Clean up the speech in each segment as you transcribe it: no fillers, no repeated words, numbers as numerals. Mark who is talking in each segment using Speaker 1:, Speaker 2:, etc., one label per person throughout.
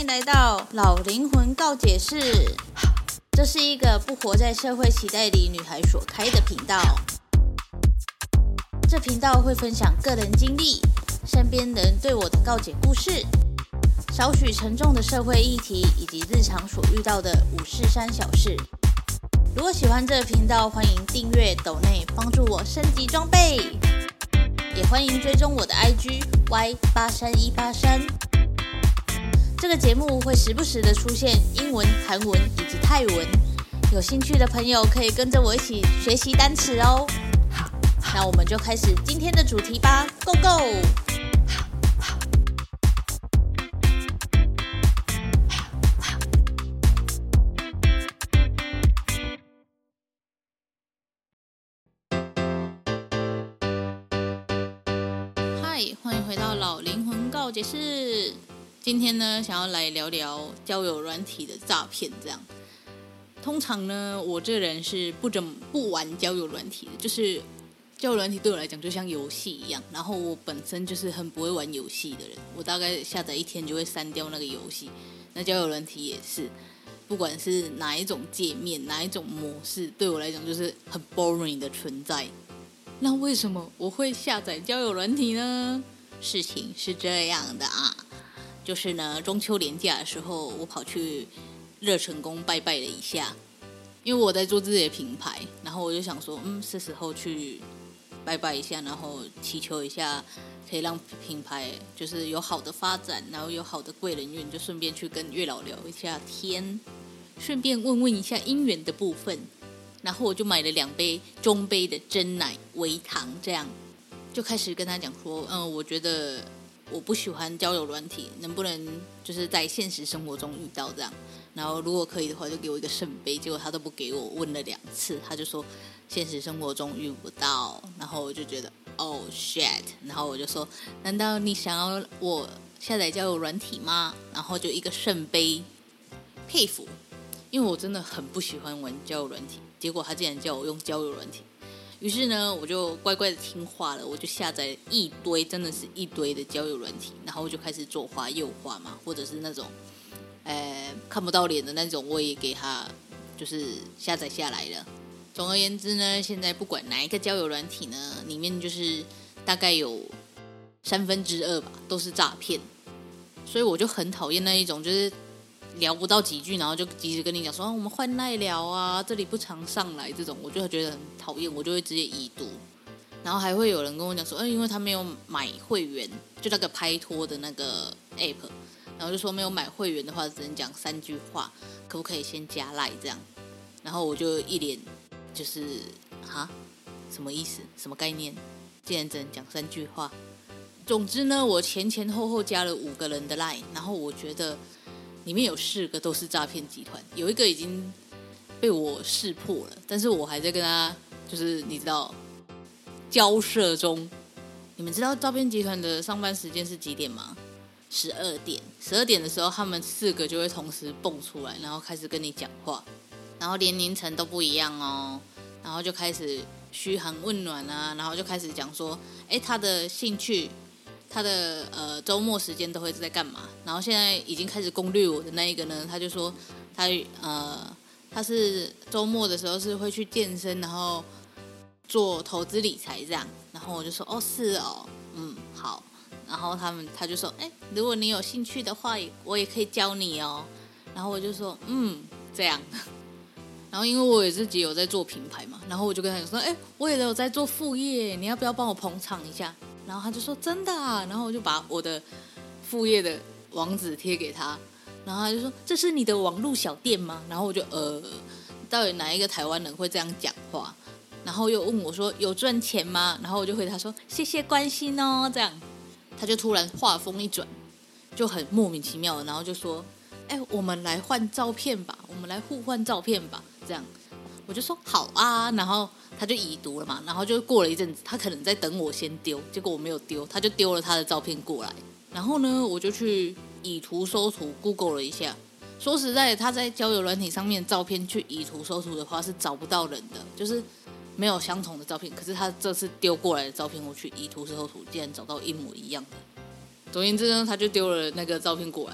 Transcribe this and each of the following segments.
Speaker 1: 迎来到老灵魂告解室。这是一个不活在社会期待里女孩所开的频道。这频道会分享个人经历、身边人对我的告解故事，少许沉重的社会议题，以及日常所遇到的五四三小事。如果喜欢这个频道，欢迎订阅、抖内帮助我升级装备，也欢迎追踪我的 IG Y83183。这个节目会时不时的出现英文、韩文以及泰文，有兴趣的朋友可以跟着我一起学习单词哦。那我们就开始今天的主题吧 ，Go Go！嗨，欢迎回到老灵魂告解室。今天呢，想要来聊聊交友软体的诈骗。这样，通常呢，我这人是不玩交友软体的，就是交友软体对我来讲就像游戏一样。然后我本身就是很不会玩游戏的人，我大概下载一天就会删掉那个游戏。那交友软体也是，不管是哪一种界面、哪一种模式，对我来讲就是很 boring 的存在。那为什么我会下载交友软体呢？事情是这样的啊。就是呢，中秋连假的时候，我跑去热成宫拜拜了一下，因为我在做自己的品牌，然后我就想说，是时候去拜拜一下，然后祈求一下，可以让品牌就是有好的发展，然后有好的贵人运，就顺便去跟月老聊一下天，顺便问一下姻缘的部分，然后我就买了2杯中杯的珍奶微糖，这样就开始跟他讲说，我觉得我不喜欢交友软体，能不能就是在现实生活中遇到这样？然后如果可以的话，就给我一个圣杯。结果他都不给我，问了2次，他就说现实生活中遇不到。然后我就觉得Oh shit！ 然后我就说，难道你想要我下载交友软体吗？然后就一个圣杯，佩服，因为我真的很不喜欢玩交友软体。结果他竟然叫我用交友软体。于是呢，我就乖乖的听话了，我就下载一堆，真的是一堆的交友软体，然后我就开始左滑右滑嘛，或者是那种，看不到脸的那种，我也给他就是下载下来了。总而言之呢，现在不管哪一个交友软体呢，里面就是大概有2/3吧，都是诈骗，所以我就很讨厌那一种，就是聊不到几句，然后就急着跟你讲说，我们换赖聊啊，这里不常上来，这种我就觉得很讨厌，我就会直接已读。然后还会有人跟我讲说，因为他没有买会员，就那个拍拖的那个 app， 然后就说没有买会员的话，只能讲3句话，可不可以先加赖这样？然后我就一脸就是什么意思？什么概念？竟然只能讲3句话。总之呢，我前后加了5个人的赖，然后我觉得里面有4个都是诈骗集团，有一个已经被我识破了，但是我还在跟他就是你知道交涉中。你们知道诈骗集团的上班时间是几点吗？12点。12点的时候，他们4个就会同时蹦出来，然后开始跟你讲话，然后年龄层都不一样哦，然后就开始嘘寒问暖啊，然后就开始讲说，他的兴趣。他的周末时间都会在干嘛？然后现在已经开始攻略我的那一个呢，他就说他是周末的时候是会去健身，然后做投资理财这样。然后我就说是哦，好。然后他就说如果你有兴趣的话，我也可以教你哦。然后我就说这样。然后因为我也自己有在做品牌嘛，然后我就跟他讲说我也有在做副业，你要不要帮我捧场一下？然后他就说真的啊，然后我就把我的副业的网址贴给他，然后他就说这是你的网络小店吗？然后我就到底哪一个台湾人会这样讲话？然后又问我说有赚钱吗？然后我就回他说谢谢关心哦，这样。他就突然话锋一转，就很莫名其妙的，然后就说我们来换照片吧，我们来互换照片吧，这样。我就说好啊，然后他就已读了嘛，然后就过了一阵子，他可能在等我先丢，结果我没有丢，他就丢了他的照片过来。然后呢，我就去以图搜图 Google 了一下，说实在的，他在交友软体上面照片去以图搜图的话是找不到人的，就是没有相同的照片。可是他这次丢过来的照片，我去以图搜图竟然找到一模一样的。总而言之呢，他就丢了那个照片过来，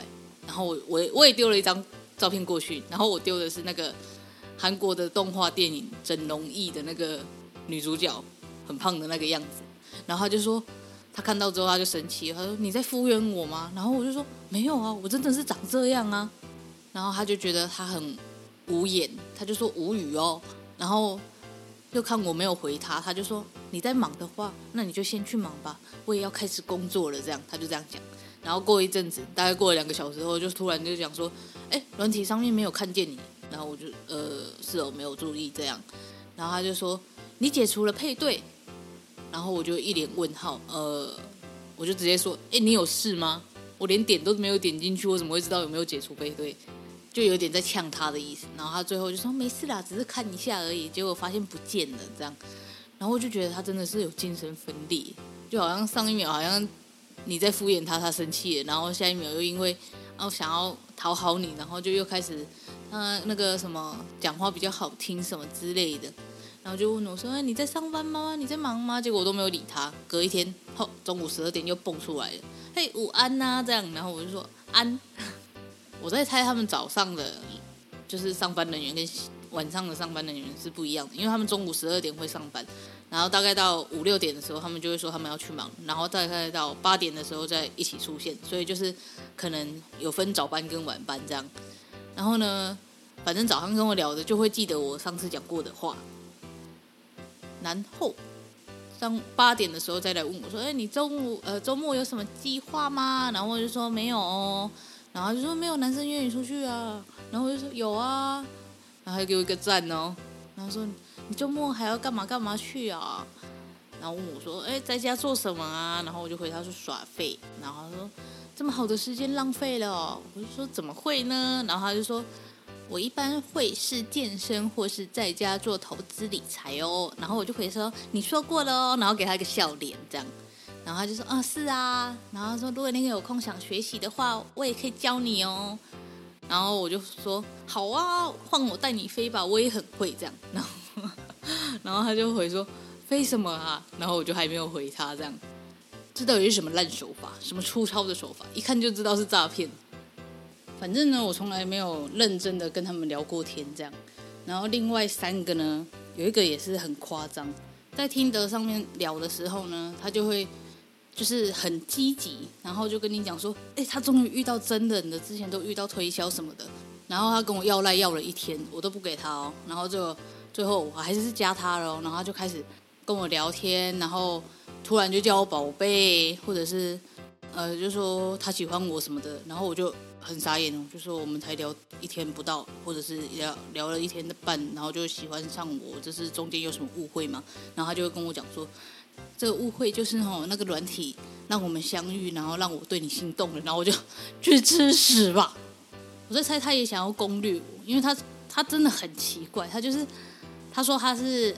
Speaker 1: 然后我也丢了一张照片过去，然后我丢的是那个韩国的动画电影《整容艺》的那个女主角很胖的那个样子，然后他就说他看到之后他就生气，他说你在敷衍我吗？然后我就说没有啊，我真的是长这样啊。然后他就觉得他很无言，他就说无语哦，然后又看我没有回他，他就说你在忙的话，那你就先去忙吧，我也要开始工作了，这样他就这样讲。然后过一阵子，大概过了2个小时后，就突然就讲说，软体上面没有看见你，然后我就是没有注意这样，然后他就说你解除了配对，然后我就一脸问号，我就直接说，你有事吗？我连点都没有点进去，我怎么会知道有没有解除配对？就有点在呛他的意思。然后他最后就说没事啦，只是看一下而已，结果发现不见了这样。然后我就觉得他真的是有精神分裂，就好像上一秒好像你在敷衍他，他生气了，然后下一秒又因为想要讨好你，然后就又开始那个什么讲话比较好听什么之类的，然后就问我说你在上班吗？你在忙吗？结果我都没有理他。隔一天中午12点又蹦出来了，嘿午安啊这样，然后我就说安。我在猜他们早上的就是上班人员跟晚上的上班人员是不一样的，因为他们中午12点会上班，然后大概到5、6点的时候，他们就会说他们要去忙，然后大概到8点的时候再一起出现，所以就是可能有分早班跟晚班这样。然后呢，反正早上跟我聊的就会记得我上次讲过的话，然后上8点的时候再来问我说，你周末有什么计划吗？然后我就说没有哦。然后就说没有男生约你出去啊，然后我就说有啊，然后还给我一个赞哦，然后说你周末还要干嘛干嘛去啊？然后问我说在家做什么啊？然后我就回他说耍废，然后他说这么好的时间浪费了哦，我就说怎么会呢？然后他就说我一般会是健身或是在家做投资理财哦，然后我就回说你说过了哦，然后给他一个笑脸这样。然后他就说是啊，然后他说如果你有空想学习的话，我也可以教你哦。然后我就说好啊，换我带你飞吧，我也很会这样。然后他就回说飞什么啊？然后我就还没有回他这样。这到底是什么烂手法？什么粗糙的手法？一看就知道是诈骗。反正呢，我从来没有认真的跟他们聊过天这样。然后另外3个呢，有一个也是很夸张，在听得上面聊的时候呢，他就会就是很积极，然后就跟你讲说，他终于遇到真人的，之前都遇到推销什么的，然后他跟我要了1天，我都不给他哦，然后就最后我还是加他了，然后他就开始跟我聊天，然后突然就叫我宝贝，或者是就说他喜欢我什么的，然后我就很傻眼，就说我们才聊1天不到，或者是聊了1天半，然后就喜欢上我，这是中间有什么误会吗？然后他就会跟我讲说，这个误会就是那个软体让我们相遇，然后让我对你心动了，然后我就去吃屎吧。我在猜他也想要攻略我，因为他真的很奇怪，他说他是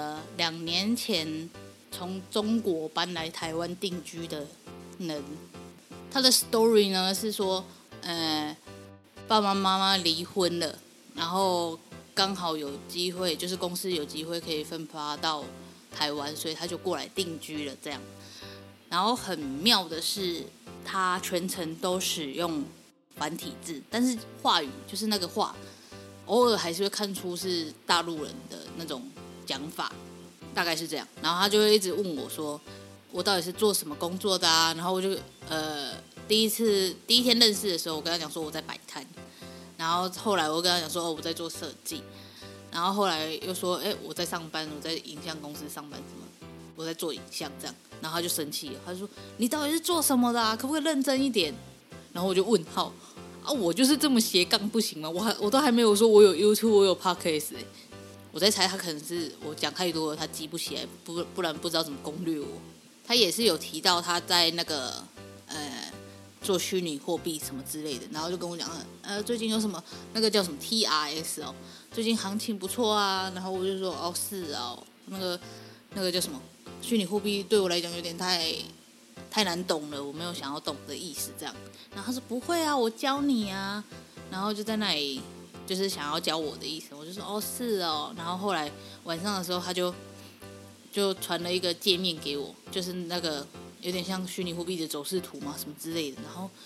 Speaker 1: 2年前从中国搬来台湾定居的人。他的 story 呢是说，爸爸妈妈离婚了，然后刚好有机会，就是公司有机会可以分发到台湾，所以他就过来定居了这样。然后很妙的是，他全程都使用繁体字，但是话语就是那个话，偶尔还是会看出是大陆人的那种讲法，大概是这样。然后他就会一直问我说，我到底是做什么工作的啊？然后我就第一天认识的时候，我跟他讲说我在摆摊，然后后来我跟他讲说我在做设计，然后后来又说我在上班，我在影像公司上班，什么我在做影像这样，然后他就生气了，他就说你到底是做什么的啊？可不可以认真一点？然后我就问号啊，我就是这么斜杠不行吗？我都还没有说我有 YouTube， 我有 Podcast，我在猜他可能是我讲太多了，他记不起来，不然不知道怎么攻略我。他也是有提到他在那个做虚拟货币什么之类的，然后就跟我讲最近有什么那个叫什么 TRS 哦，最近行情不错啊，然后我就说是哦，那个叫什么虚拟货币对我来讲有点太难懂了，我没有想要懂的意思这样。然后他说不会啊，我教你啊，然后就在那里就是想要教我的意思，我就说是哦，然后后来晚上的时候他就传了一个界面给我，就是那个有点像虚拟货币的走势图嘛什么之类的，然后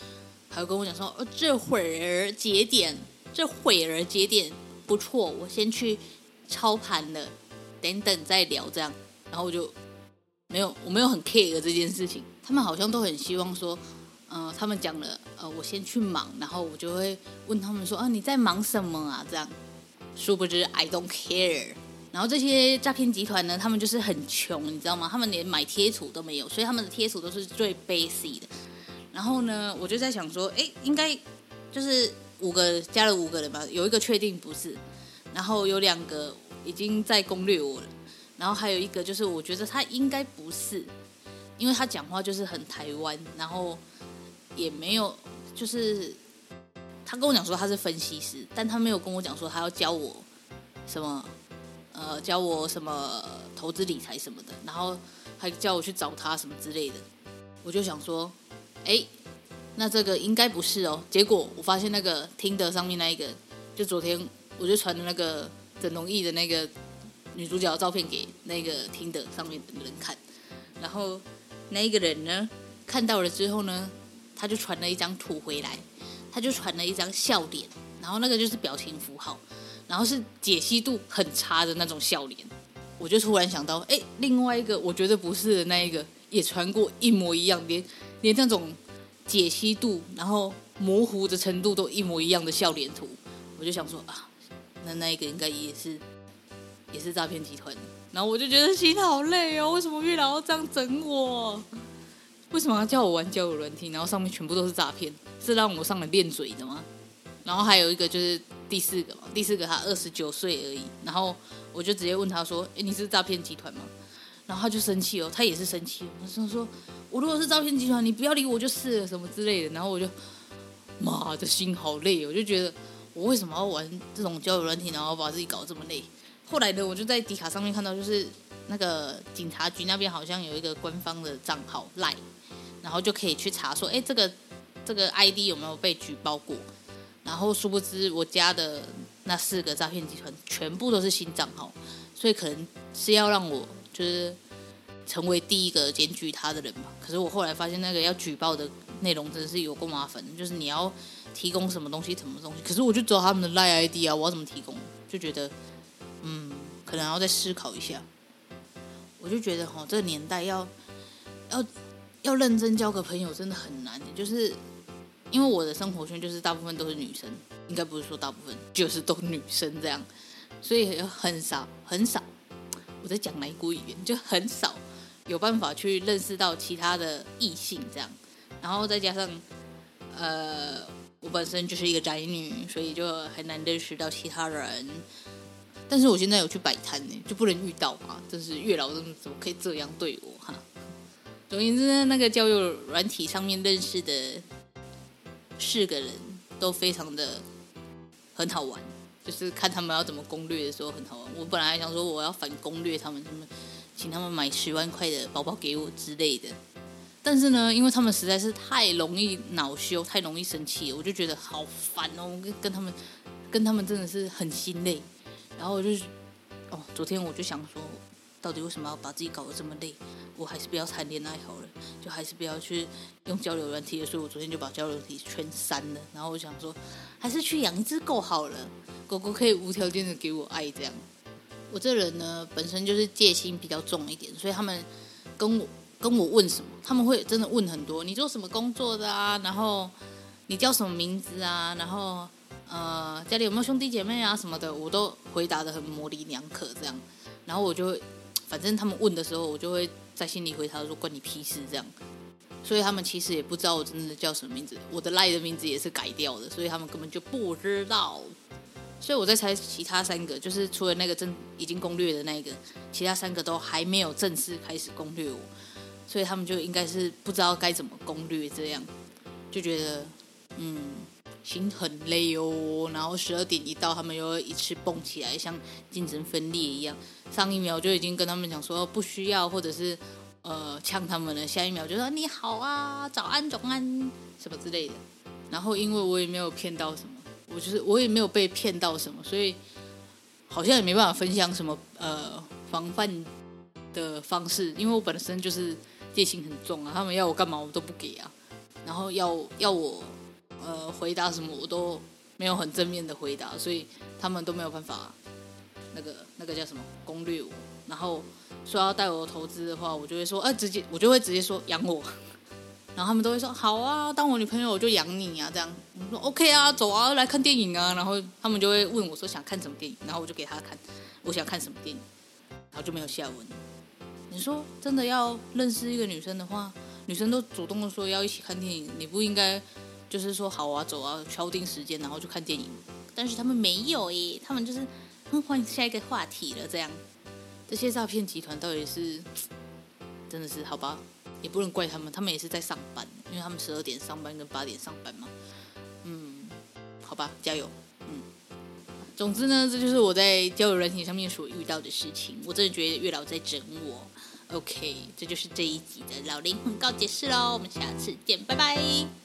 Speaker 1: 还有跟我讲说，这会儿节点不错，我先去操盘了，等等再聊这样。然后我没有很 care 这件事情，他们好像都很希望说，他们讲了，我先去忙，然后我就会问他们说，你在忙什么啊？这样，殊不知 I don't care。然后这些诈骗集团呢，他们就是很穷，你知道吗？他们连买贴图都没有，所以他们的贴图都是最 basic 的。然后呢，我就在想说，应该就是加了5个人吧，有一个确定不是，然后有2个已经在攻略我了，然后还有一个就是我觉得他应该不是，因为他讲话就是很台湾，然后也没有就是他跟我讲说他是分析师，但他没有跟我讲说他要教我什么。教我什么投资理财什么的，然后还叫我去找他什么之类的，我就想说，那这个应该不是哦。结果我发现那个Tinder上面那一个，就昨天我就传的那个整容艺的那个女主角的照片给那个Tinder上面的人看，然后那一个人呢看到了之后呢，他就传了一张图回来，他就传了一张笑脸，然后那个就是表情符号。然后是解析度很差的那种笑脸，我就突然想到，另外一个我觉得不是的那一个也传过一模一样，连那种解析度然后模糊的程度都一模一样的笑脸图，我就想说那一个应该也是诈骗集团。然后我就觉得心好累哦，为什么月老要这样整我？为什么要叫我玩交友软体，然后上面全部都是诈骗？是让我上了练嘴的吗？然后还有一个就是第四个他29岁而已，然后我就直接问他说，你是诈骗集团吗？然后他就生气他也是生气他说我如果是诈骗集团，你不要理我就是了什么之类的。然后我就妈的心好累，我就觉得我为什么要玩这种交友软体，然后把自己搞这么累。后来呢，我就在迪卡上面看到，就是那个警察局那边好像有一个官方的账号 LINE， 然后就可以去查说，这个 ID 有没有被举报过。然后殊不知我加的那4个诈骗集团全部都是新账号，所以可能是要让我就是成为第一个检举他的人吧。可是我后来发现那个要举报的内容真的是有够麻烦，就是你要提供什么东西，可是我就只有他们的 LINE ID 啊，我要怎么提供？就觉得可能要再思考一下。我就觉得这个年代要认真交个朋友真的很难，就是因为我的生活圈就是大部分都是女生，应该不是说大部分，就是都女生这样，所以很少，我在讲哪一国语言，就很少有办法去认识到其他的异性这样。然后再加上我本身就是一个宅女，所以就很难认识到其他人。但是我现在有去摆摊呢，就不能遇到嘛，真是月老怎么可以这样对我哈？总而言之，那个交友软体上面认识的4个人都非常的很好玩，就是看他们要怎么攻略的时候很好玩。我本来还想说我要反攻略他们请他们买10万块的包包给我之类的，但是呢，因为他们实在是太容易恼羞，太容易生气，我就觉得好烦哦，跟他们真的是很心累。然后我就昨天我就想说，到底为什么要把自己搞得这么累？我还是不要谈恋爱好了，就还是不要去用交友软体了。所以我昨天就把交友软体全删了。然后我想说，还是去养一只狗好了，狗狗可以无条件的给我爱这样。我这人呢，本身就是戒心比较重一点，所以他们跟我问什么，他们会真的问很多。你做什么工作的啊？然后你叫什么名字啊？然后家里有没有兄弟姐妹啊什么的，我都回答得很模棱两可这样。然后我就会，反正他们问的时候，我就会在心里回答说关你屁事这样。所以他们其实也不知道我真的叫什么名字，我的LINE的名字也是改掉的，所以他们根本就不知道。所以我在猜其他3个，就是除了那个已经攻略的那个，其他3个都还没有正式开始攻略我，所以他们就应该是不知道该怎么攻略这样，就觉得心很累哦。然后12点一到，他们又会一次蹦起来，像精神分裂一样。上一秒就已经跟他们讲说不需要，或者是呛他们了，下一秒就说你好啊，早安早安什么之类的。然后因为我也没有骗到什么，我也没有被骗到什么，所以好像也没办法分享什么防范的方式，因为我本身就是戒心很重啊，他们要我干嘛我都不给啊，然后要我回答什么我都没有很正面的回答，所以他们都没有办法那个叫什么攻略我。然后说要带我投资的话，我就会说我就会直接说养我。然后他们都会说好啊，当我女朋友我就养你啊，这样。我说 OK 啊，走啊，来看电影啊。然后他们就会问我说想看什么电影，然后我就给他看我想看什么电影，然后就没有下文。你说真的要认识一个女生的话，女生都主动的说要一起看电影，你不应该就是说好啊，走啊，敲定时间然后就看电影。但是他们没有耶，他们就是换下一个话题了，这样。这些诈骗集团到底是真的是好吧？也不能怪他们，他们也是在上班，因为他们12点上班跟8点上班嘛。好吧，加油。总之呢，这就是我在交友软体上面所遇到的事情。我真的觉得月老在整我。OK， 这就是这一集的老灵魂告解室喽，我们下次见，拜拜。